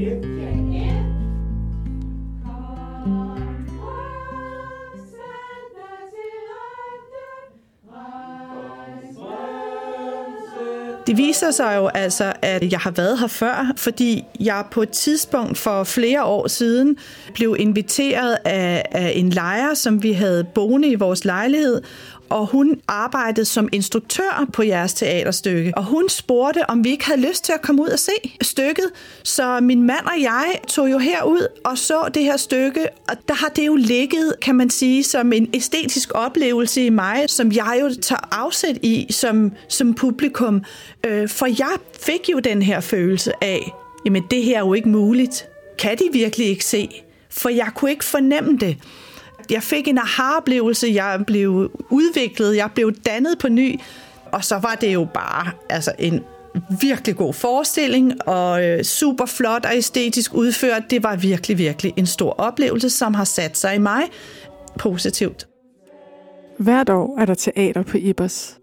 Det viser sig jo altså, at jeg har været her før, fordi jeg på et tidspunkt for flere år siden blev inviteret af en lejer, som vi havde boende i vores lejlighed, og hun arbejdede som instruktør på jeres teaterstykke. Og hun spurgte, om vi ikke havde lyst til at komme ud og se stykket. Så min mand og jeg tog jo herud og så det her stykke, og der har det jo ligget, kan man sige, som en æstetisk oplevelse i mig, som jeg jo tager afsæt i som publikum. For jeg fik jo den her følelse af, jamen det her er jo ikke muligt. Kan de virkelig ikke se? For jeg kunne ikke fornemme det. Jeg fik en aha-oplevelse, jeg blev udviklet, jeg blev dannet på ny, og så var det jo bare en virkelig god forestilling, og super flot og æstetisk udført. Det var virkelig, virkelig en stor oplevelse, som har sat sig i mig positivt. Hvert år er der teater på IBOS.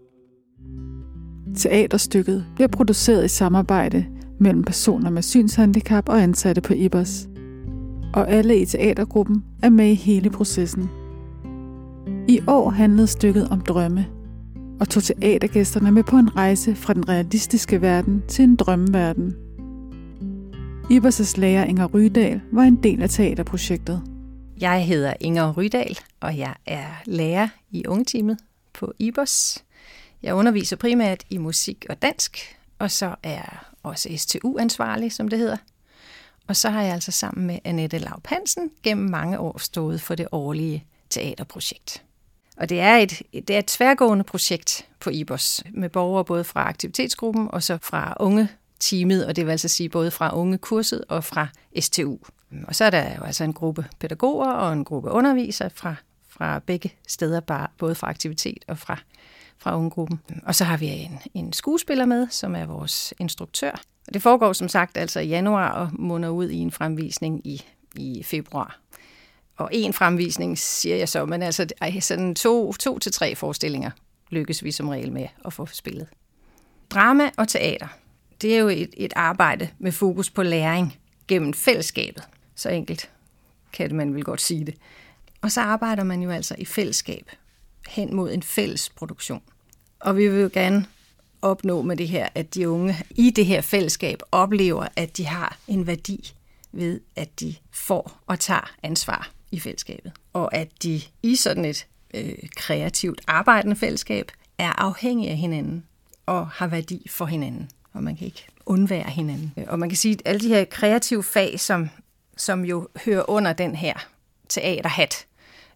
Teaterstykket bliver produceret i samarbejde mellem personer med synshandicap og ansatte på IBOS. Og alle i teatergruppen er med i hele processen. I år handlede stykket om drømme, og tog teatergæsterne med på en rejse fra den realistiske verden til en drømmeverden. IBOS' lærer Inger Rydahl var en del af teaterprojektet. Jeg hedder Inger Rydahl, og jeg er lærer i ungeteamet på IBOS. Jeg underviser primært i musik og dansk, og så er jeg også STU-ansvarlig, som det hedder. Og så har jeg altså sammen med Annette Laub-Hansen gennem mange år stået for det årlige teaterprojekt. Og det er et tværgående projekt på IBOS, med borgere både fra aktivitetsgruppen og så fra ungeteamet, og det vil altså sige både fra ungekurset og fra STU. Og så er der jo altså en gruppe pædagoger og en gruppe undervisere fra begge steder, både fra aktivitet og fra ungegruppen. Og så har vi en skuespiller med, som er vores instruktør. Det foregår som sagt altså i januar og munder ud i en fremvisning i februar. Og en fremvisning, siger jeg så, men altså sådan 2 til 3 forestillinger lykkes vi som regel med at få spillet. Drama og teater, det er jo et arbejde med fokus på læring gennem fællesskabet. Så enkelt kan man vel godt sige det. Og så arbejder man jo altså i fællesskab hen mod en fælles produktion. Og vi vil jo gerne opnå med det her, at de unge i det her fællesskab oplever, at de har en værdi ved, at de får og tager ansvar i fællesskabet. Og at de i sådan et kreativt arbejdende fællesskab er afhængige af hinanden og har værdi for hinanden. Og man kan ikke undvære hinanden. Og man kan sige, at alle de her kreative fag, som jo hører under den her teaterhat,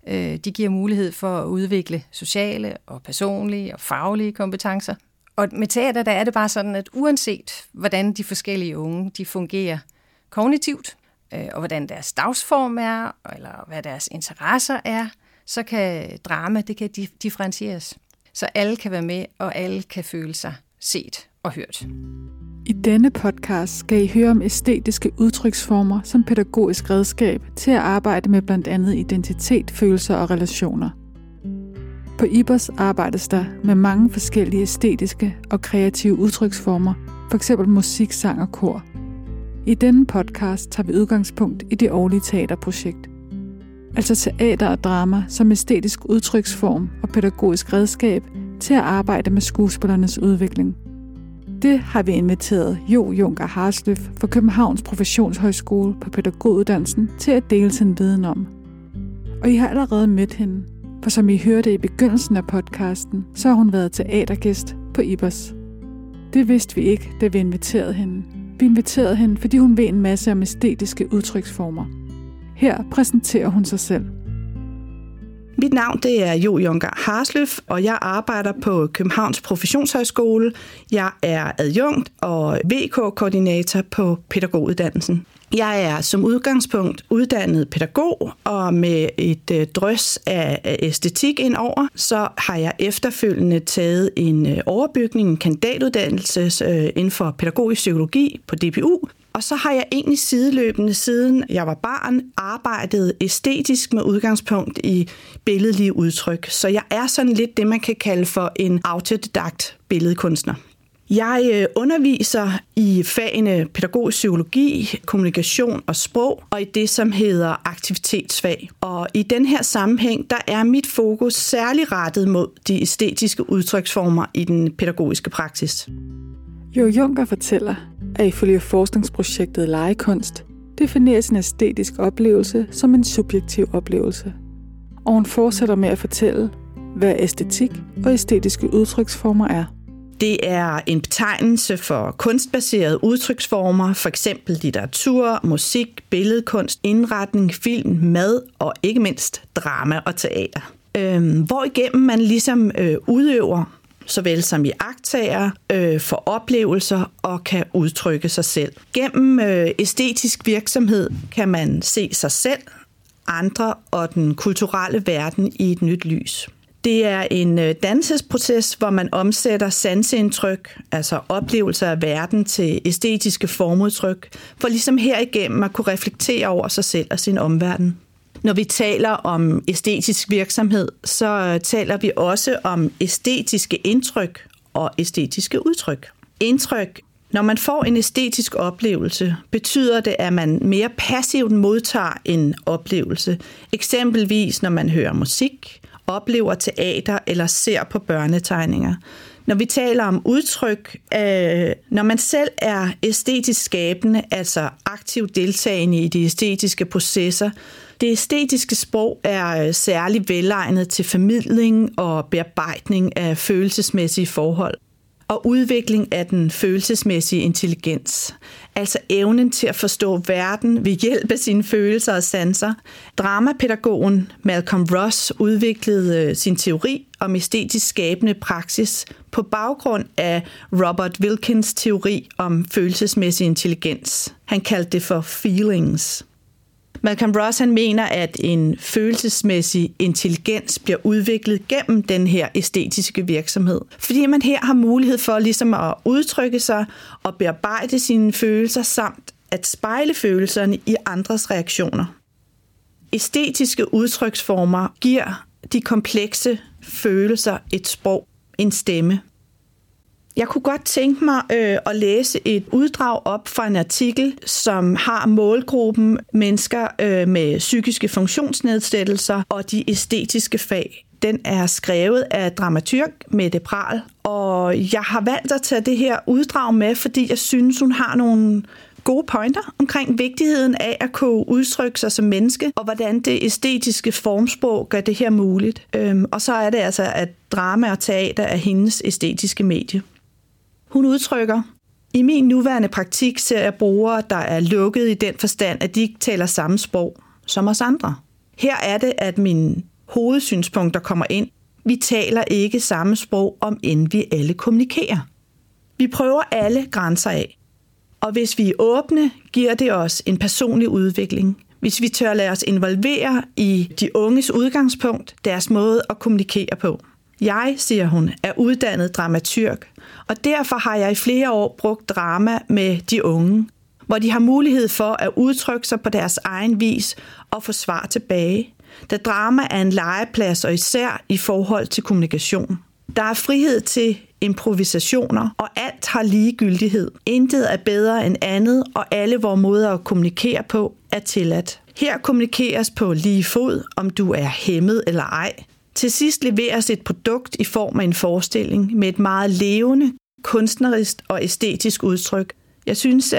de giver mulighed for at udvikle sociale og personlige og faglige kompetencer. Og med teater, der er det bare sådan, at uanset hvordan de forskellige unge de fungerer kognitivt, og hvordan deres dagsform er, eller hvad deres interesser er, så kan drama, det kan differentieres. Så alle kan være med, og alle kan føle sig set og hørt. I denne podcast skal I høre om æstetiske udtryksformer som pædagogisk redskab til at arbejde med blandt andet identitet, følelser og relationer. På IBOS arbejdes der med mange forskellige æstetiske og kreative udtryksformer, f.eks. musik, sang og kor. I denne podcast tager vi udgangspunkt i det årlige teaterprojekt. Altså teater og drama som æstetisk udtryksform og pædagogisk redskab til at arbejde med skuespillernes udvikling. Det har vi inviteret Jo Junker Harsløf fra Københavns Professionshøjskole på pædagoguddannelsen til at dele sin viden om. Og I har allerede mødt hende, for som I hørte i begyndelsen af podcasten, så har hun været teatergæst på IBOS. Det vidste vi ikke, da vi inviterede hende. Vi inviterede hende, fordi hun ved en masse om æstetiske udtryksformer. Her præsenterer hun sig selv. Mit navn det er Jo Junker Harsløf, og jeg arbejder på Københavns Professionshøjskole. Jeg er adjunkt og VK-koordinator på pædagoguddannelsen. Jeg er som udgangspunkt uddannet pædagog, og med et drøs af æstetik indover, så har jeg efterfølgende taget en overbygning, en kandidatuddannelse inden for pædagogisk psykologi på DPU. Og så har jeg egentlig sideløbende, siden jeg var barn, arbejdet æstetisk med udgangspunkt i billedlige udtryk. Så jeg er sådan lidt det, man kan kalde for en autodidakt billedkunstner. Jeg underviser i fagene pædagogisk psykologi, kommunikation og sprog, og i det, som hedder aktivitetsfag. Og i den her sammenhæng, der er mit fokus særlig rettet mod de æstetiske udtryksformer i den pædagogiske praksis. Jo Juncker fortæller, at ifølge forskningsprojektet Legekunst defineres en æstetisk oplevelse som en subjektiv oplevelse. Og hun fortsætter med at fortælle, hvad æstetik og æstetiske udtryksformer er. Det er en betegnelse for kunstbaserede udtryksformer, f.eks. litteratur, musik, billedkunst, indretning, film, mad og ikke mindst drama og teater. Hvorigennem man ligesom udøver, såvel som iagttager, for oplevelser og kan udtrykke sig selv. Gennem æstetisk virksomhed kan man se sig selv, andre og den kulturelle verden i et nyt lys. Det er en dannelsesproces, hvor man omsætter sanseindtryk, altså oplevelser af verden, til æstetiske formudtryk, for ligesom herigennem at kunne reflektere over sig selv og sin omverden. Når vi taler om æstetisk virksomhed, så taler vi også om æstetiske indtryk og æstetiske udtryk. Indtryk. Når man får en æstetisk oplevelse, betyder det, at man mere passivt modtager en oplevelse. Eksempelvis når man hører musik, oplever teater eller ser på børnetegninger. Når vi taler om udtryk, når man selv er æstetisk skabende, altså aktivt deltagende i de æstetiske processer, det æstetiske sprog er særlig velegnet til formidling og bearbejdning af følelsesmæssige forhold og udvikling af den følelsesmæssige intelligens, altså evnen til at forstå verden ved hjælp af sine følelser og sanser. Dramapædagogen Malcolm Ross udviklede sin teori om æstetisk skabende praksis på baggrund af Robert Wilkins teori om følelsesmæssig intelligens. Han kaldte det for feelings. Malcolm Ross han mener, at en følelsesmæssig intelligens bliver udviklet gennem den her æstetiske virksomhed. Fordi man her har mulighed for ligesom at udtrykke sig og bearbejde sine følelser samt at spejle følelserne i andres reaktioner. Æstetiske udtryksformer giver de komplekse følelser et sprog, en stemme. Jeg kunne godt tænke mig at læse et uddrag op fra en artikel, som har målgruppen mennesker med psykiske funktionsnedsættelser og de æstetiske fag. Den er skrevet af dramaturg Mette Prahl, og jeg har valgt at tage det her uddrag med, fordi jeg synes, hun har nogle gode pointer omkring vigtigheden af at kunne udtrykke sig som menneske, og hvordan det æstetiske formsprog gør det her muligt. Og så er det altså, at drama og teater er hendes æstetiske medie. Hun udtrykker, i min nuværende praktik ser jeg brugere, der er lukket i den forstand, at de ikke taler samme sprog som os andre. Her er det, at mine hovedsynspunkter kommer ind. Vi taler ikke samme sprog, om end vi alle kommunikerer. Vi prøver alle grænser af. Og hvis vi er åbne, giver det os en personlig udvikling. Hvis vi tør lade os involvere i de unges udgangspunkt, deres måde at kommunikere på. Jeg, siger hun, er uddannet dramaturg, og derfor har jeg i flere år brugt drama med de unge, hvor de har mulighed for at udtrykke sig på deres egen vis og få svar tilbage, da drama er en legeplads og især i forhold til kommunikation. Der er frihed til improvisationer, og alt har ligegyldighed. Intet er bedre end andet, og alle vores måder at kommunikere på er tilladt. Her kommunikeres på lige fod, om du er hæmmet eller ej. Til sidst leveres et produkt i form af en forestilling med et meget levende, kunstnerisk og æstetisk udtryk. Jeg synes,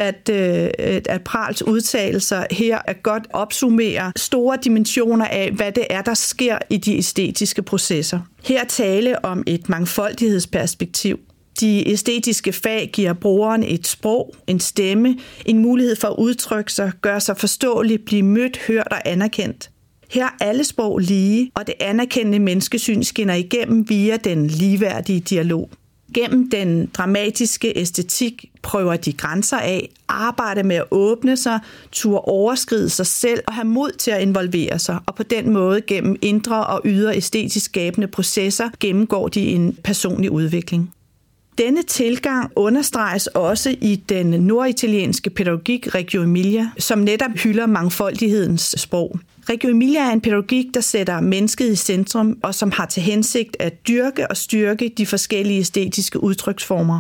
at Prahls udtalelser her er godt opsummerer store dimensioner af, hvad det er, der sker i de æstetiske processer. Her tale om et mangfoldighedsperspektiv. De æstetiske fag giver brugeren et sprog, en stemme, en mulighed for at udtrykke sig, gøre sig forståelig, blive mødt, hørt og anerkendt. Her er alle sprog lige, og det anerkendte menneskesyn skinner igennem via den ligeværdige dialog. Gennem den dramatiske æstetik prøver de grænser af, arbejder med at åbne sig, turde overskride sig selv og have mod til at involvere sig, og på den måde gennem indre og ydre æstetisk skabende processer gennemgår de en personlig udvikling. Denne tilgang understreges også i den norditalienske pædagogik Reggio Emilia, som netop hylder mangfoldighedens sprog. Reggio Emilia er en pædagogik, der sætter mennesket i centrum, og som har til hensigt at dyrke og styrke de forskellige æstetiske udtryksformer.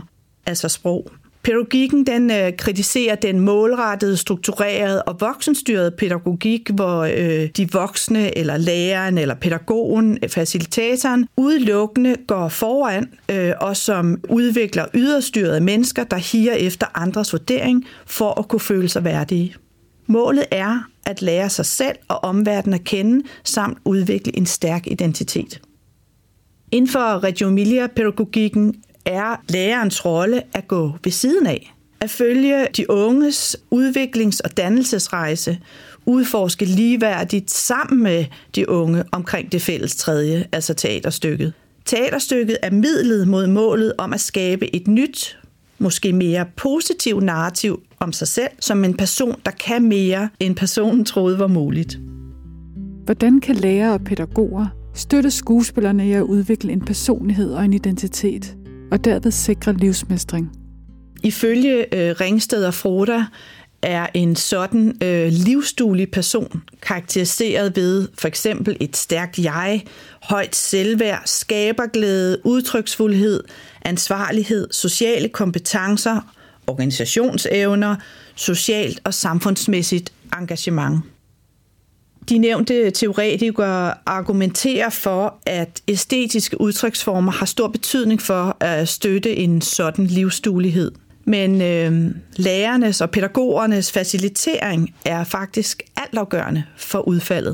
altså sprog. Pædagogikken den kritiserer den målrettede, strukturerede og voksenstyrede pædagogik, hvor de voksne eller læreren eller pædagogen, facilitatoren, udelukkende går foran og som udvikler yderstyrede mennesker, der higer efter andres vurdering for at kunne føle sig værdige. Målet er at lære sig selv og omverdenen at kende, samt udvikle en stærk identitet. Inden for Reggio Emilia-pædagogikken er lærerens rolle at gå ved siden af, at følge de unges udviklings- og dannelsesrejse, udforske ligeværdigt sammen med de unge omkring det fælles tredje, altså teaterstykket. Teaterstykket er midlet mod målet om at skabe et nyt, måske mere positivt narrativ om sig selv, som en person, der kan mere, end personen troede var muligt. Hvordan kan lærere og pædagoger støtte skuespillerne i at udvikle en personlighed og en identitet, og derved sikre livsmestring? Ifølge Ringsted og Froda er en sådan livsduelig person karakteriseret ved for eksempel et stærkt jeg, højt selvværd, skaberglæde, udtryksfuldhed, ansvarlighed, sociale kompetencer, organisationsevner, socialt og samfundsmæssigt engagement. De nævnte teoretikere argumenterer for, at æstetiske udtryksformer har stor betydning for at støtte en sådan livsduelighed. Men lærernes og pædagogernes facilitering er faktisk altafgørende for udfaldet.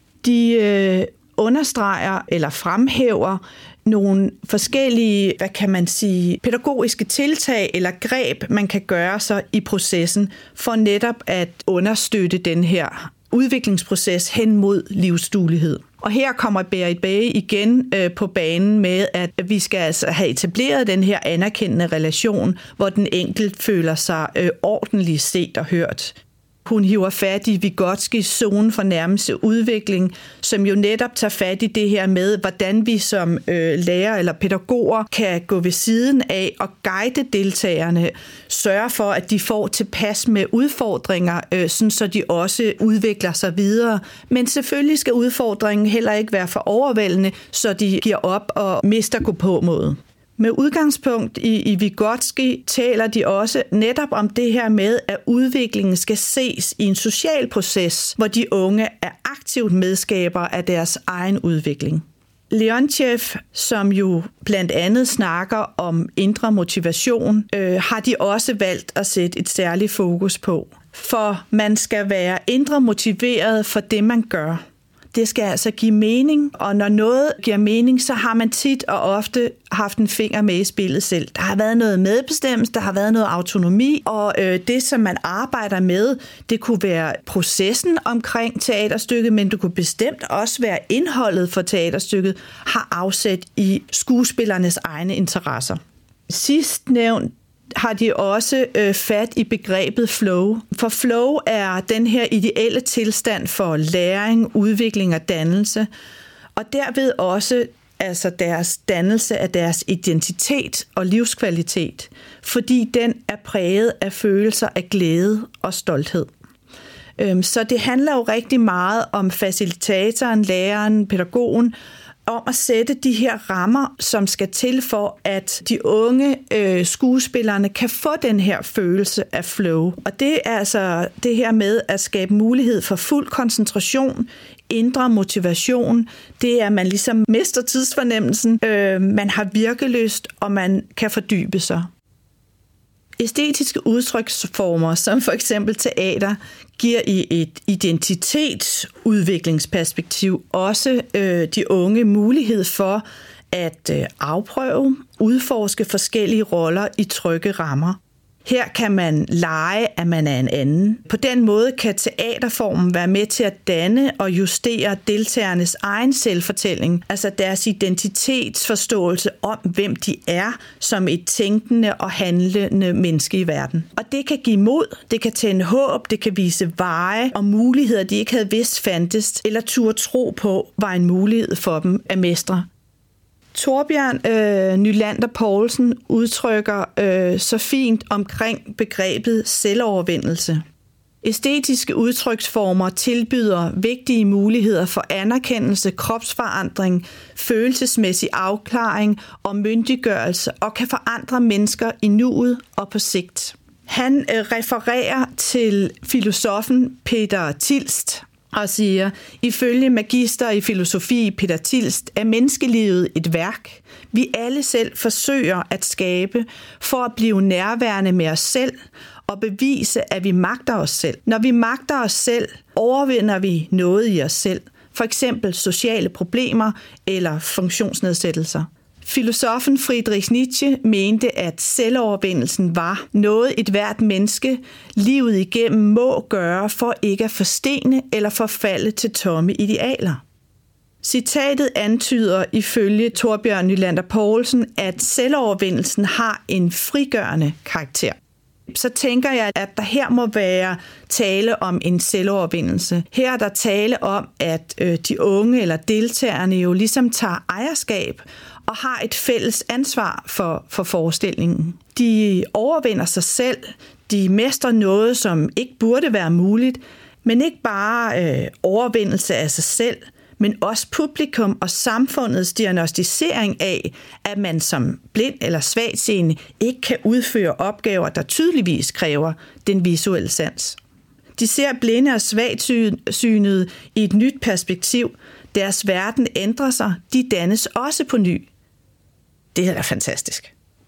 De understreger eller fremhæver nogle forskellige, pædagogiske tiltag eller greb, man kan gøre sig i processen for netop at understøtte den her udviklingsproces hen mod livsduelighed. Og her kommer Berit Bage igen på banen med, at vi skal altså have etableret den her anerkendende relation, hvor den enkelte føler sig ordentligt set og hørt. Hun hiver fat i Vygotskis zone for nærmeste udvikling, som jo netop tager fat i det her med, hvordan vi som lærer eller pædagoger kan gå ved siden af og guide deltagerne, sørge for, at de får tilpas med udfordringer, sådan så de også udvikler sig videre. Men selvfølgelig skal udfordringen heller ikke være for overvældende, så de giver op og mister gå-på-modet. Med udgangspunkt i Vygotsky taler de også netop om det her med, at udviklingen skal ses i en social proces, hvor de unge er aktivt medskabere af deres egen udvikling. Leontjev, som jo blandt andet snakker om indre motivation, har de også valgt at sætte et særligt fokus på. For man skal være indre motiveret for det, man gør. Det skal altså give mening, og når noget giver mening, så har man tit og ofte haft en finger med i spillet selv. Der har været noget medbestemmelse, der har været noget autonomi, og det, som man arbejder med, det kunne være processen omkring teaterstykket, men det kunne bestemt også være indholdet for teaterstykket, har afsæt i skuespillernes egne interesser. Sidst nævnt har de også fat i begrebet flow. For flow er den her ideelle tilstand for læring, udvikling og dannelse, og derved også altså deres dannelse af deres identitet og livskvalitet, fordi den er præget af følelser af glæde og stolthed. Så det handler jo rigtig meget om facilitatoren, læreren, pædagogen, om at sætte de her rammer, som skal til for, at de unge skuespillerne kan få den her følelse af flow. Og det er altså det her med at skabe mulighed for fuld koncentration, indre motivation. Det er, at man ligesom mister tidsfornemmelsen, man har virkelyst, og man kan fordybe sig. Æstetiske udtryksformer, som for eksempel teater, giver i et identitetsudviklingsperspektiv også de unge mulighed for at afprøve, udforske forskellige roller i trygge rammer. Her kan man lege, at man er en anden. På den måde kan teaterformen være med til at danne og justere deltagernes egen selvfortælling, altså deres identitetsforståelse om, hvem de er som et tænkende og handlende menneske i verden. Og det kan give mod, det kan tænde håb, det kan vise veje og muligheder, de ikke havde vidst fandtes, eller turde tro på, var en mulighed for dem at mestre. Torbjørn Nylander Poulsen udtrykker så fint omkring begrebet selvovervindelse. Æstetiske udtryksformer tilbyder vigtige muligheder for anerkendelse, kropsforandring, følelsesmæssig afklaring og myndiggørelse og kan forandre mennesker i nuet og på sigt. Han refererer til filosofen Peter Tilst og siger, ifølge magister i filosofi Peter Tilst er menneskelivet et værk, vi alle selv forsøger at skabe for at blive nærværende med os selv og bevise, at vi magter os selv. Når vi magter os selv, overvinder vi noget i os selv, for eksempel sociale problemer eller funktionsnedsættelser. Filosofen Friedrich Nietzsche mente, at selvovervindelsen var noget et hvert menneske livet igennem må gøre for ikke at forstene eller forfalde til tomme idealer. Citatet antyder ifølge Torbjørn Nylander Poulsen, at selvovervindelsen har en frigørende karakter. Så tænker jeg, at der her må være tale om en selvovervindelse. Her er der tale om, at de unge eller deltagerne jo ligesom tager ejerskab og har et fælles ansvar for forestillingen. De overvinder sig selv, de mestrer noget, som ikke burde være muligt, men ikke bare overvindelse af sig selv, men også publikum og samfundets diagnostisering af, at man som blind eller svagtseende ikke kan udføre opgaver, der tydeligvis kræver den visuelle sans. De ser blinde og svagsynede i et nyt perspektiv. Deres verden ændrer sig. De dannes også på ny. Det er da fantastisk.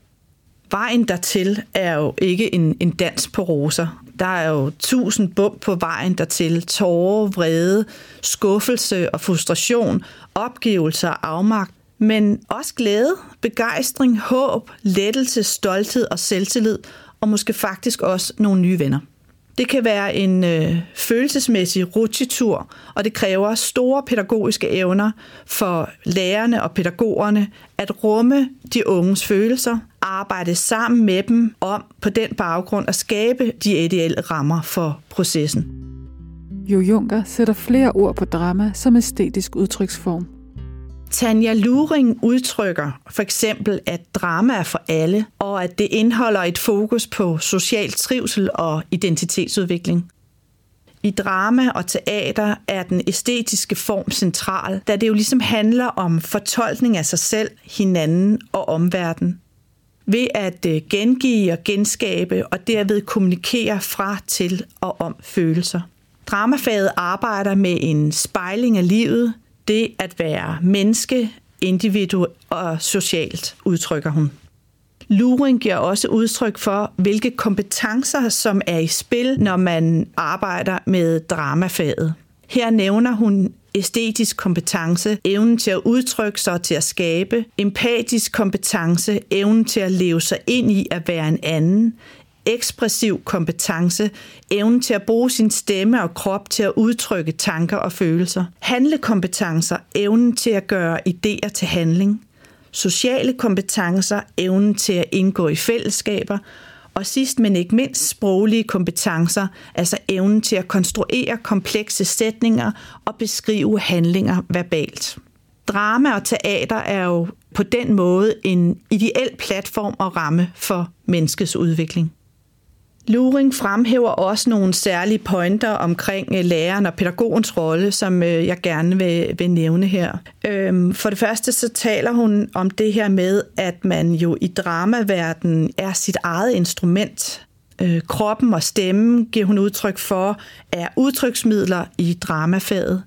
Vejen dertil er jo ikke en dans på roser. Der er jo 1000 bump på vejen dertil. Tårer, vrede, skuffelse og frustration, opgivelse og afmagt. Men også glæde, begejstring, håb, lettelse, stolthed og selvtillid. Og måske faktisk også nogle nye venner. Det kan være en følelsesmæssig rutsjetur, og det kræver store pædagogiske evner for lærerne og pædagogerne at rumme de unges følelser, arbejde sammen med dem om på den baggrund at skabe de ideelle rammer for processen. Jo Juncker sætter flere ord på drama som æstetisk udtryksform. Tanja Luring udtrykker for eksempel, at drama er for alle, og at det indeholder et fokus på social trivsel og identitetsudvikling. I drama og teater er den æstetiske form central, da det jo ligesom handler om fortolkning af sig selv, hinanden og omverdenen. Ved at gengive og genskabe og derved kommunikere fra, til og om følelser. Dramafaget arbejder med en spejling af livet, det at være menneske, individu og socialt, udtrykker hun. Luring giver også udtryk for, hvilke kompetencer, som er i spil, når man arbejder med dramafaget. Her nævner hun æstetisk kompetence, evnen til at udtrykke sig og til at skabe, empatisk kompetence, evnen til at leve sig ind i at være en anden, ekspressiv kompetence, evnen til at bruge sin stemme og krop til at udtrykke tanker og følelser. Handlekompetencer, evnen til at gøre idéer til handling. Sociale kompetencer, evnen til at indgå i fællesskaber. Og sidst, men ikke mindst, sproglige kompetencer, altså evnen til at konstruere komplekse sætninger og beskrive handlinger verbalt. Drama og teater er jo på den måde en ideel platform og ramme for menneskets udvikling. Luring fremhæver også nogle særlige pointer omkring læreren og pædagogens rolle, som jeg gerne vil nævne her. For det første så taler hun om det her med, at man jo i dramaverdenen er sit eget instrument. Kroppen og stemmen, giver hun udtryk for, er udtryksmidler i dramafaget.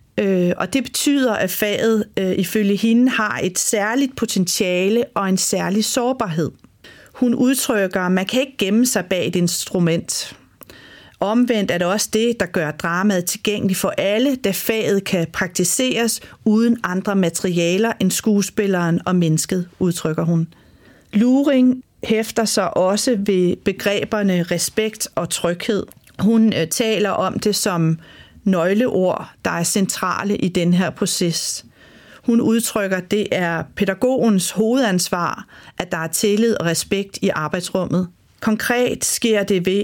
Og det betyder, at faget ifølge hende har et særligt potentiale og en særlig sårbarhed. Hun udtrykker, at man kan ikke gemme sig bag et instrument. Omvendt er det også det, der gør dramaet tilgængeligt for alle, da faget kan praktiseres uden andre materialer end skuespilleren og mennesket, udtrykker hun. Luring hæfter sig også ved begreberne respekt og tryghed. Hun taler om det som nøgleord, der er centrale i den her proces. Hun udtrykker, at det er pædagogens hovedansvar, at der er tillid og respekt i arbejdsrummet. Konkret sker det ved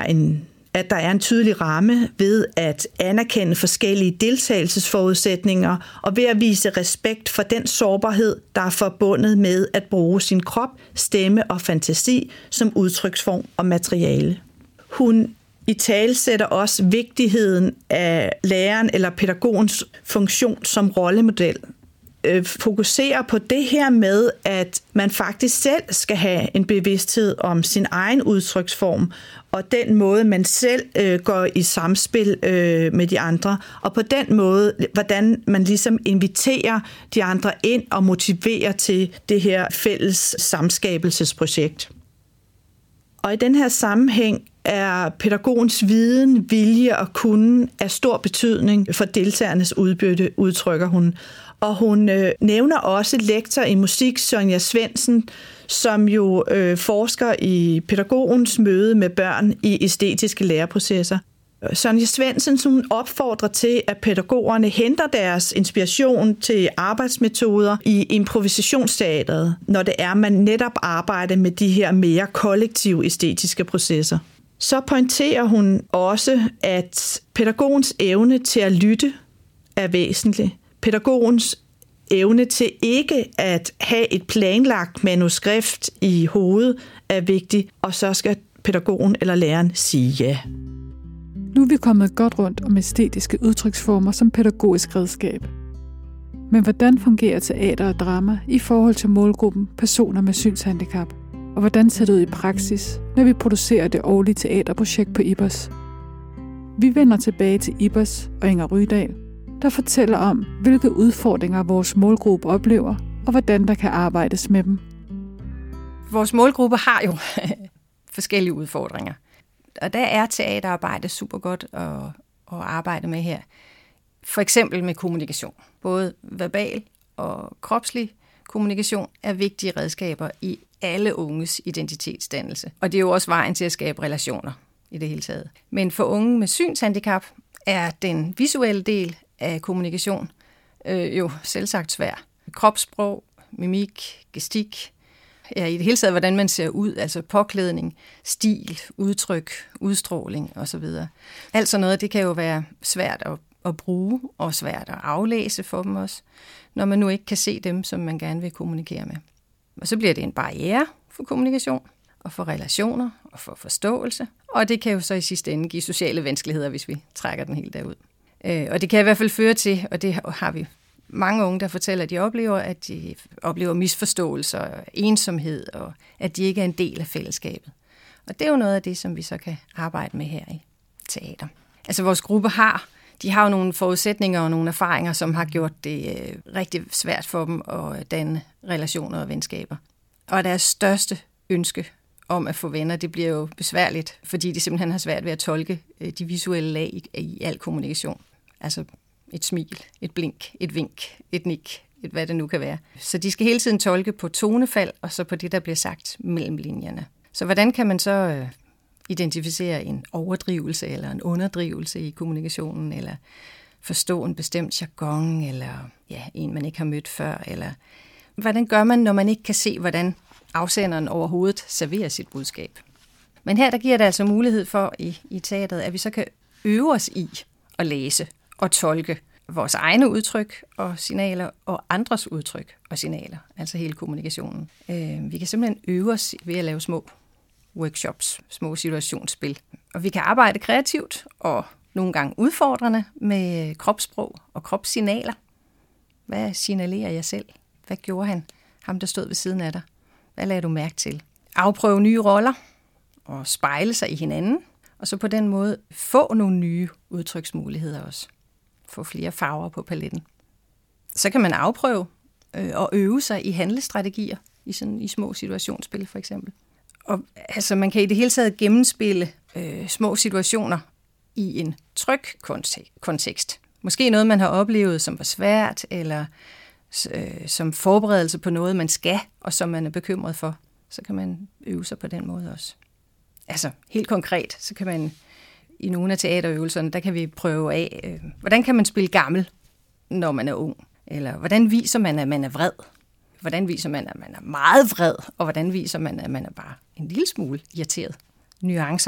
at der er en tydelig ramme ved at anerkende forskellige deltagelsesforudsætninger og ved at vise respekt for den sårbarhed, der er forbundet med at bruge sin krop, stemme og fantasi som udtryksform og materiale. Hun italesætter også vigtigheden af læreren eller pædagogens funktion som rollemodel. Fokuserer på det her med, at man faktisk selv skal have en bevidsthed om sin egen udtryksform, og den måde, man selv går i samspil med de andre, og på den måde, hvordan man ligesom inviterer de andre ind og motiverer til det her fælles samskabelsesprojekt. Og i den her sammenhæng er pædagogens viden, vilje og kunde af stor betydning for deltagernes udbytte, udtrykker hun. Og hun nævner også lektor i musik, Sonja Svendsen, som jo forsker i pædagogens møde med børn i æstetiske læreprocesser. Sonja Svendsen hun opfordrer til, at pædagogerne henter deres inspiration til arbejdsmetoder i improvisationsteateret, når det er, man netop arbejder med de her mere kollektive æstetiske processer. Så pointerer hun også, at pædagogens evne til at lytte er væsentlig. Pædagogens evne til ikke at have et planlagt manuskript i hovedet er vigtig, og så skal pædagogen eller læreren sige ja. Nu er vi kommet godt rundt om æstetiske udtryksformer som pædagogisk redskab. Men hvordan fungerer teater og drama i forhold til målgruppen personer med synshandicap? Og hvordan ser det ud i praksis, når vi producerer det årlige teaterprojekt på IBOS? Vi vender tilbage til IBOS og Inger Rydahl, der fortæller om, hvilke udfordringer vores målgruppe oplever, og hvordan der kan arbejdes med dem. Vores målgruppe har jo forskellige udfordringer. Og der er teaterarbejde super godt at arbejde med her. For eksempel med kommunikation. Både verbal og kropslig kommunikation er vigtige redskaber i alle unges identitetsdannelse. Og det er jo også vejen til at skabe relationer i det hele taget. Men for unge med synshandicap er den visuelle del af kommunikation jo selvsagt svær. Kropssprog, mimik, gestik, ja, i det hele taget, hvordan man ser ud, altså påklædning, stil, udtryk, udstråling osv. Alt sådan noget, det kan jo være svært at bruge og svært at aflæse for dem også, når man nu ikke kan se dem, som man gerne vil kommunikere med. Og så bliver det en barriere for kommunikation og for relationer og for forståelse, og det kan jo så i sidste ende give sociale vanskeligheder, hvis vi trækker den helt derud. Og det kan i hvert fald føre til, og det har vi mange unge, der fortæller, at de oplever misforståelser, ensomhed, og at de ikke er en del af fællesskabet. Og det er jo noget af det, som vi så kan arbejde med her i teater. Altså vores gruppe har jo nogle forudsætninger og nogle erfaringer, som har gjort det rigtig svært for dem at danne relationer og venskaber. Og deres største ønske om at få venner, det bliver jo besværligt, fordi de simpelthen har svært ved at tolke de visuelle lag i al kommunikation. Altså et smil, et blink, et vink, et nik, hvad det nu kan være. Så de skal hele tiden tolke på tonefald, og så på det, der bliver sagt mellem linjerne. Så hvordan kan man så identificere en overdrivelse eller en underdrivelse i kommunikationen, eller forstå en bestemt jargon, eller en, man ikke har mødt før, eller hvordan gør man, når man ikke kan se, hvordan afsenderen overhovedet serverer sit budskab? Men her der giver det altså mulighed for i teateret, at vi så kan øve os i at læse og tolke vores egne udtryk og signaler og andres udtryk og signaler, altså hele kommunikationen. Vi kan simpelthen øve os ved at lave små workshops, små situationsspil. Og vi kan arbejde kreativt og nogle gange udfordrende med kropssprog og kropssignaler. Hvad signalerer jeg selv? Hvad gjorde han? Ham, der stod ved siden af dig. Hvad lagde du mærke til? Afprøve nye roller og spejle sig i hinanden. Og så på den måde få nogle nye udtryksmuligheder også. Få flere farver på paletten. Så kan man afprøve og øve sig i handlestrategier i små situationsspil for eksempel. Og altså man kan i det hele taget gennemspille små situationer i en tryg kontekst. Måske noget, man har oplevet, som var svært, eller som forberedelse på noget, man skal, og som man er bekymret for. Så kan man øve sig på den måde også. Altså helt konkret, så kan man i nogle af teaterøvelserne, der kan vi prøve af, hvordan kan man spille gammel, når man er ung? Eller hvordan viser man, at man er vred? Hvordan viser man, at man er meget vred? Og hvordan viser man, at man er bare en lille smule irriteret? Nuancer.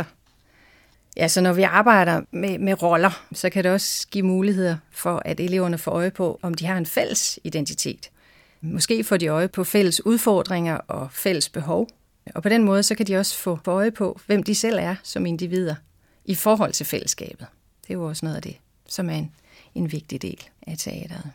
Ja, så når vi arbejder med roller, så kan det også give muligheder for, at eleverne får øje på, om de har en fælles identitet. Måske får de øje på fælles udfordringer og fælles behov. Og på den måde, så kan de også få øje på, hvem de selv er som individer i forhold til fællesskabet. Det er jo også noget af det, som er en vigtig del af teateret.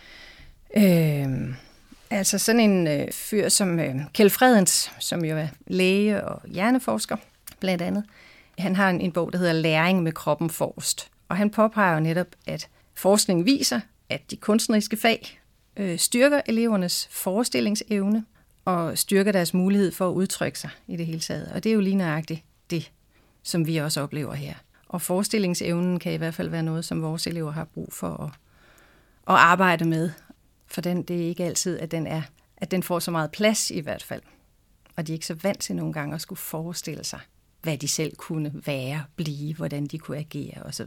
Altså sådan en fyr som Kjeld Fredens, som jo er læge og hjerneforsker, blandt andet. Han har en bog, der hedder Læring med kroppen forrest. Og han påpeger jo netop, at forskning viser, at de kunstneriske fag styrker elevernes forestillingsevne og styrker deres mulighed for at udtrykke sig i det hele taget. Og det er jo lige nøjagtigt det, som vi også oplever her. Og forestillingsevnen kan i hvert fald være noget, som vores elever har brug for at arbejde med. For det er ikke altid, at den får så meget plads i hvert fald. Og de er ikke så vant til nogle gange at skulle forestille sig, hvad de selv kunne være, blive, hvordan de kunne agere osv.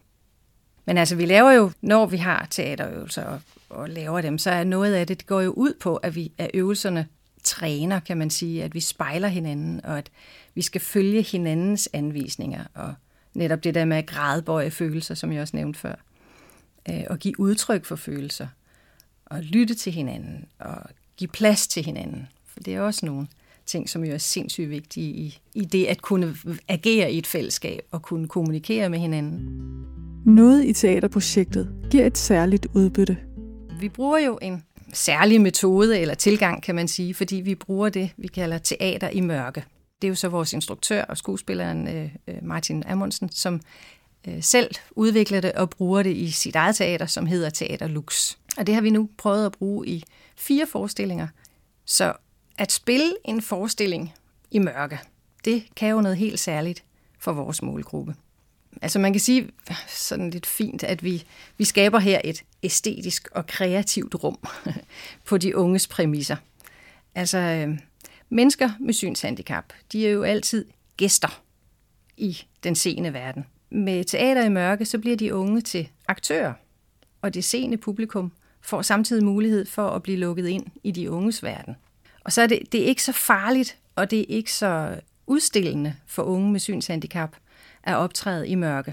Men altså, vi laver jo, når vi har teaterøvelser og laver dem, så er noget af det går jo ud på, at vi af øvelserne træner, kan man sige, at vi spejler hinanden, og at vi skal følge hinandens anvisninger, og netop det der med at gradbøje følelser, som jeg også nævnte før, og give udtryk for følelser, og lytte til hinanden, og give plads til hinanden. For det er også nogle ting, som jo er sindssygt vigtige i det at kunne agere i et fællesskab og kunne kommunikere med hinanden. Noget i teaterprojektet giver et særligt udbytte. Vi bruger jo en særlig metode eller tilgang, kan man sige, fordi vi bruger det, vi kalder teater i mørke. Det er jo så vores instruktør og skuespilleren Martin Amundsen, som selv udvikler det og bruger det i sit eget teater, som hedder Teater Lux. Og det har vi nu prøvet at bruge i 4 forestillinger. Så at spille en forestilling i mørke, det kan jo noget helt særligt for vores målgruppe. Altså man kan sige sådan lidt fint, at vi skaber her et æstetisk og kreativt rum på de unges præmisser. Altså mennesker med synshandicap, de er jo altid gæster i den seende verden. Med Teater i mørke, så bliver de unge til aktører, og det seende publikum får samtidig mulighed for at blive lukket ind i de unges verden. Og så er det er ikke så farligt, og det er ikke så udstillende for unge med synshandicap at optræde i mørke.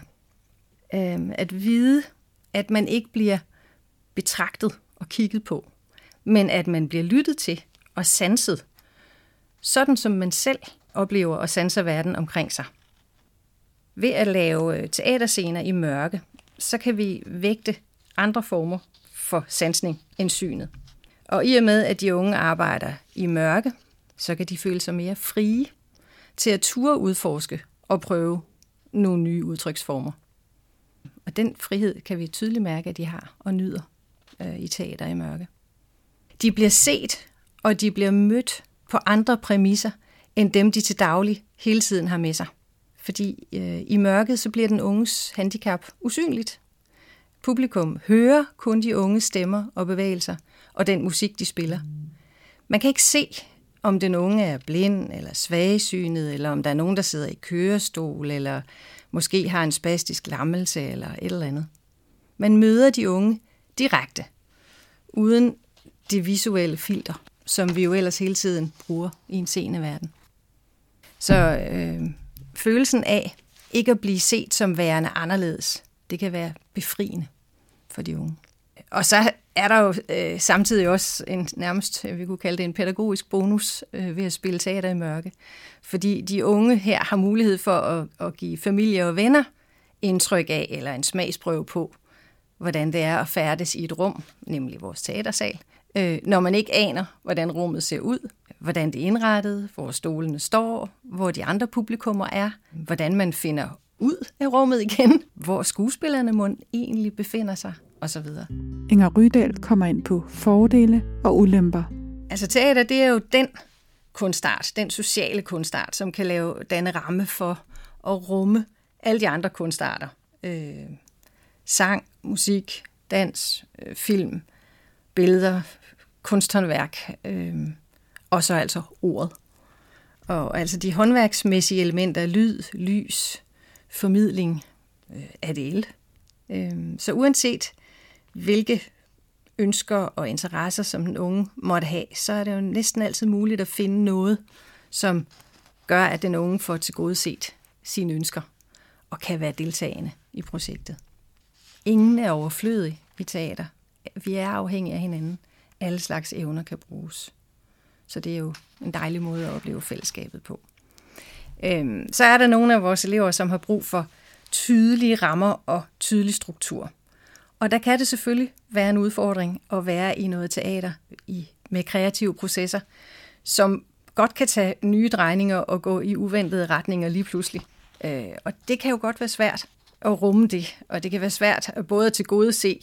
At vide, at man ikke bliver betragtet og kigget på, men at man bliver lyttet til og sanset, sådan som man selv oplever og sanser verden omkring sig. Ved at lave teaterscener i mørke, så kan vi vægte andre former for sansning end synet. Og i og med, at de unge arbejder i mørke, så kan de føle sig mere frie til at turde udforske og prøve nogle nye udtryksformer. Og den frihed kan vi tydeligt mærke, at de har og nyder i Teater i mørke. De bliver set, og de bliver mødt på andre præmisser, end dem de til daglig hele tiden har med sig. Fordi i mørket, så bliver den unges handicap usynligt. Publikum hører kun de unges stemmer og bevægelser, og den musik, de spiller. Man kan ikke se, om den unge er blind eller svagsynet, eller om der er nogen, der sidder i kørestol, eller måske har en spastisk lammelse eller et eller andet. Man møder de unge direkte, uden det visuelle filter, som vi jo ellers hele tiden bruger i en seende verden. Så følelsen af ikke at blive set som værende anderledes, det kan være befriende for de unge. Og så er der jo samtidig også nærmest, vi kunne kalde det en pædagogisk bonus ved at spille teater i mørke. Fordi de unge her har mulighed for at give familie og venner indtryk af, eller en smagsprøve på, hvordan det er at færdes i et rum, nemlig vores teatersal, når man ikke aner, hvordan rummet ser ud, hvordan det er indrettet, hvor stolene står, hvor de andre publikummer er, hvordan man finder ud af rummet igen, hvor skuespillerne må egentlig befinder sig, osv. Inger Rydahl kommer ind på fordele og ulemper. Altså teater, det er jo den kunstart, den sociale kunstart, som kan danne ramme for at rumme alle de andre kunstarter. Sang, musik, dans, film, billeder, kunsthåndværk, og så altså ordet. Og altså de håndværksmæssige elementer, lyd, lys, formidling af det hele. Så uanset hvilke ønsker og interesser, som den unge måtte have, så er det jo næsten altid muligt at finde noget, som gør, at den unge får tilgodeset sine ønsker og kan være deltagende i projektet. Ingen er overflødig i teater. Vi er afhængige af hinanden. Alle slags evner kan bruges. Så det er jo en dejlig måde at opleve fællesskabet på. Så er der nogle af vores elever, som har brug for tydelige rammer og tydelig struktur. Og der kan det selvfølgelig være en udfordring at være i noget teater med kreative processer, som godt kan tage nye drejninger og gå i uventede retninger lige pludselig. Og det kan jo godt være svært at rumme det, og det kan være svært både at tilgodese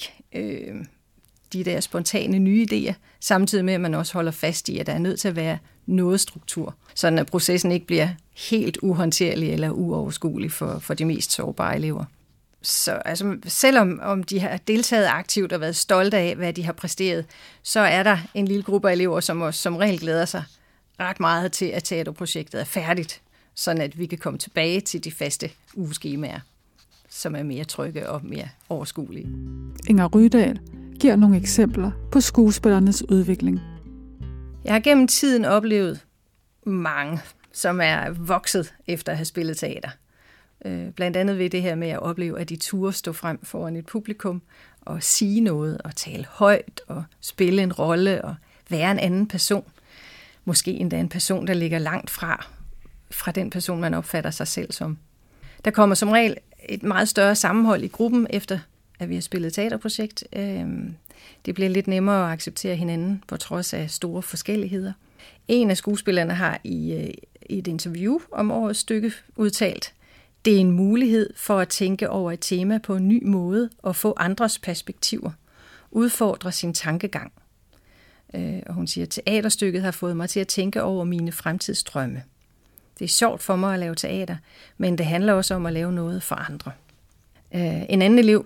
de der spontane nye idéer, samtidig med, at man også holder fast i, at der er nødt til at være noget struktur, sådan at processen ikke bliver helt uhåndterlig eller uoverskuelig for de mest sårbare elever. Så altså, selvom de har deltaget aktivt og været stolte af, hvad de har præsteret, så er der en lille gruppe af elever, som også som regel glæder sig ret meget til, at teaterprojektet er færdigt, sådan at vi kan komme tilbage til de faste ugeskemaer, som er mere trygge og mere overskuelige. Inger Rydahl giver nogle eksempler på skuespillernes udvikling. Jeg har gennem tiden oplevet mange, som er vokset efter at have spillet teater. Blandt andet ved det her med at opleve, at de turde stå frem foran et publikum og sige noget og tale højt og spille en rolle og være en anden person. Måske endda en person, der ligger langt fra den person, man opfatter sig selv som. Der kommer som regel et meget større sammenhold i gruppen, efter at vi har spillet teaterprojekt. Det bliver lidt nemmere at acceptere hinanden på trods af store forskelligheder. En af skuespillerne har i et interview om årets stykke udtalt, det er en mulighed for at tænke over et tema på en ny måde og få andres perspektiver. Udfordre sin tankegang. Og hun siger, at teaterstykket har fået mig til at tænke over mine fremtidsdrømme. Det er sjovt for mig at lave teater, men det handler også om at lave noget for andre. En anden elev,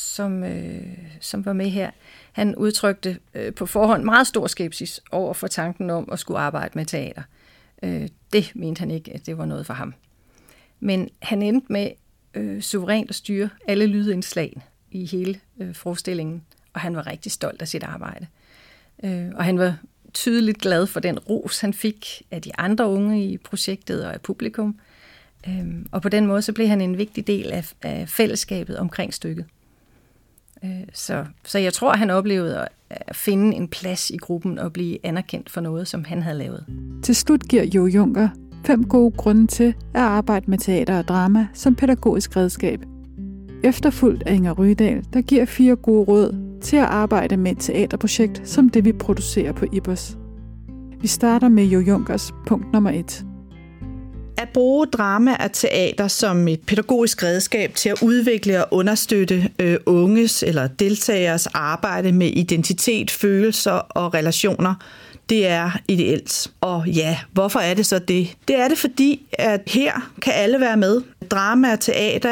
som var med her, han udtrykte på forhånd meget stor skepsis over for tanken om at skulle arbejde med teater. Det mente han ikke, at det var noget for ham. Men han endte med suverænt at styre alle lydindslag i hele forestillingen, og han var rigtig stolt af sit arbejde. Og han var tydeligt glad for den ros, han fik af de andre unge i projektet og af publikum. Og på den måde så blev han en vigtig del af fællesskabet omkring stykket. Så jeg tror, han oplevede at finde en plads i gruppen og blive anerkendt for noget, som han havde lavet. Til slut giver Jo Juncker 5 gode grunde til at arbejde med teater og drama som pædagogisk redskab. Efterfulgt af Inger Rydahl, der giver 4 gode råd til at arbejde med et teaterprojekt som det, vi producerer på IBOS. Vi starter med Jo Junkers punkt nummer 1. At bruge drama og teater som et pædagogisk redskab til at udvikle og understøtte unges eller deltagers arbejde med identitet, følelser og relationer, det er ideelt. Og ja, hvorfor er det så det? Det er det, fordi at her kan alle være med. Drama og teater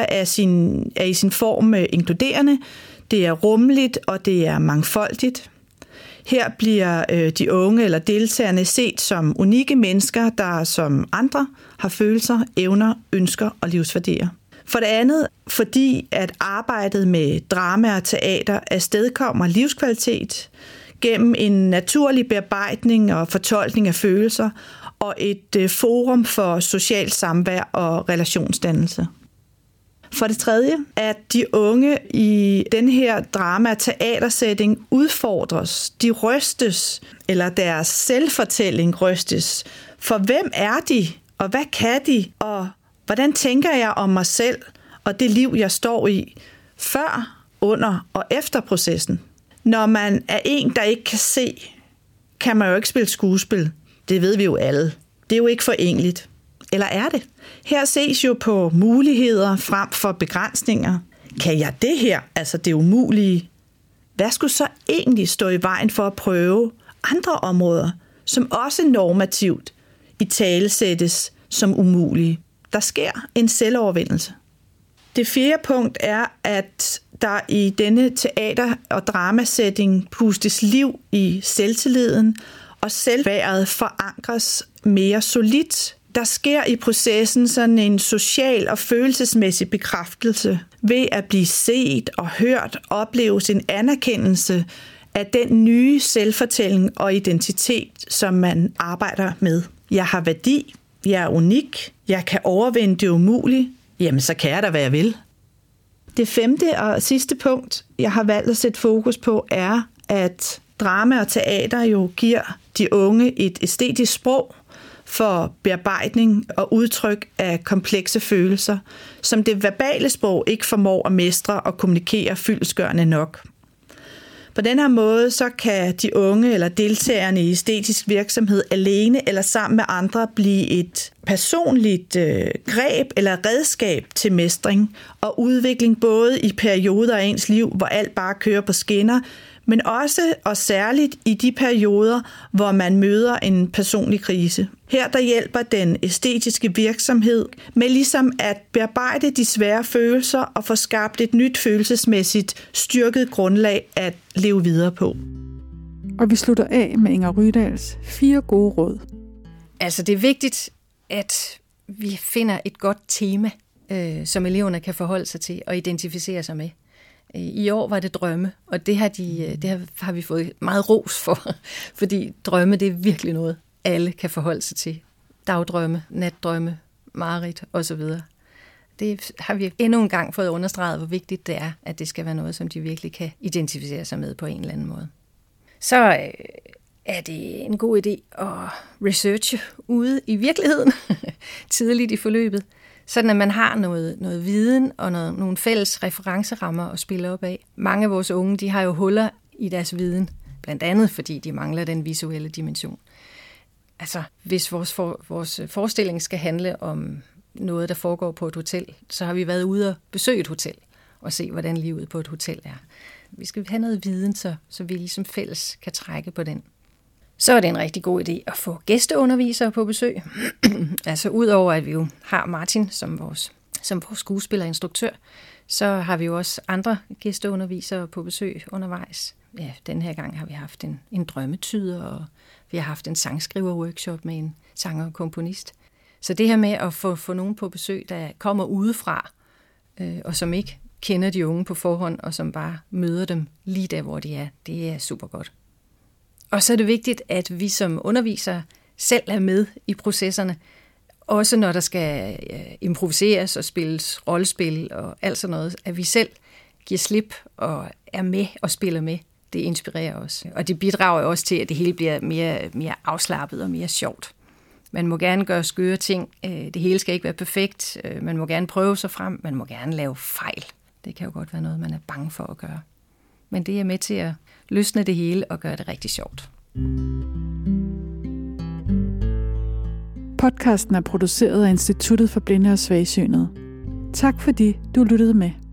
er i sin form inkluderende, det er rummeligt og det er mangfoldigt. Her bliver de unge eller deltagerne set som unikke mennesker, der som andre har følelser, evner, ønsker og livsværdier. For det andet, fordi at arbejdet med drama og teater afstedkommer livskvalitet gennem en naturlig bearbejdning og fortolkning af følelser og et forum for socialt samvær og relationsdannelse. For det tredje, at de unge i den her drama-teatersætning udfordres, de rystes, eller deres selvfortælling rystes. For hvem er de, og hvad kan de, og hvordan tænker jeg om mig selv og det liv, jeg står i, før, under og efter processen? Når man er en, der ikke kan se, kan man jo ikke spille skuespil. Det ved vi jo alle. Det er jo ikke forenkligt. Eller er det? Her ses jo på muligheder frem for begrænsninger. Kan jeg det her, altså det umulige? Hvad skulle så egentlig stå i vejen for at prøve andre områder, som også normativt italesættes som umulige? Der sker en selvovervindelse. Det 4. punkt er, at der i denne teater- og dramasætning pustes liv i selvtilliden, og selvværdet forankres mere solidt. Der sker i processen sådan en social og følelsesmæssig bekræftelse ved at blive set og hørt, opleves en anerkendelse af den nye selvfortælling og identitet, som man arbejder med. Jeg har værdi, jeg er unik, jeg kan overvinde det umulige, jamen så kan jeg da, hvad jeg vil. Det 5. og sidste punkt, jeg har valgt at sætte fokus på, er, at drama og teater jo giver de unge et æstetisk sprog for bearbejdning og udtryk af komplekse følelser, som det verbale sprog ikke formår at mestre og kommunikere fyldestgørende nok. På den her måde så kan de unge eller deltagerne i æstetisk virksomhed alene eller sammen med andre blive et personligt greb eller redskab til mestring og udvikling både i perioder af ens liv, hvor alt bare kører på skinner, men også og særligt i de perioder, hvor man møder en personlig krise. Her der hjælper den æstetiske virksomhed med ligesom at bearbejde de svære følelser og få skabt et nyt følelsesmæssigt styrket grundlag at leve videre på. Og vi slutter af med Inger Rydahls 4 gode råd. Altså det er vigtigt, at vi finder et godt tema, som eleverne kan forholde sig til og identificere sig med. I år var det drømme, og det har vi fået meget ros for, fordi drømme, det er virkelig noget, alle kan forholde sig til. Dagdrømme, natdrømme, mareridt osv. Det har vi endnu en gang fået understreget, hvor vigtigt det er, at det skal være noget, som de virkelig kan identificere sig med på en eller anden måde. Så er det en god idé at researche ude i virkeligheden, tidligt i forløbet, sådan at man har noget viden og nogle fælles referencerammer at spille op af. Mange af vores unge, de har jo huller i deres viden, blandt andet fordi de mangler den visuelle dimension. Altså, hvis vores forestilling skal handle om noget, der foregår på et hotel, så har vi været ude og besøge et hotel og se, hvordan livet på et hotel er. Vi skal have noget viden, så vi ligesom fælles kan trække på den. Så er det en rigtig god idé at få gæsteundervisere på besøg. Altså udover at vi jo har Martin som vores skuespiller og instruktør, så har vi jo også andre gæsteundervisere på besøg undervejs. Ja, den her gang har vi haft en drømmetyder, og vi har haft en sangskriver-workshop med en sanger og komponist. Så det her med at få nogen på besøg, der kommer udefra, og som ikke kender de unge på forhånd, og som bare møder dem lige der, hvor de er, det er super godt. Og så er det vigtigt, at vi som undervisere selv er med i processerne, også når der skal improviseres og spilles rollespil og alt sådan noget, at vi selv giver slip og er med og spiller med. Det inspirerer os. Og det bidrager også til, at det hele bliver mere afslappet og mere sjovt. Man må gerne gøre skøre ting. Det hele skal ikke være perfekt. Man må gerne prøve sig frem. Man må gerne lave fejl. Det kan jo godt være noget, man er bange for at gøre. Men det er med til at løsne det hele og gøre det rigtig sjovt. Podcasten er produceret af Instituttet for Blinde og Svagsynede. Tak fordi du lyttede med.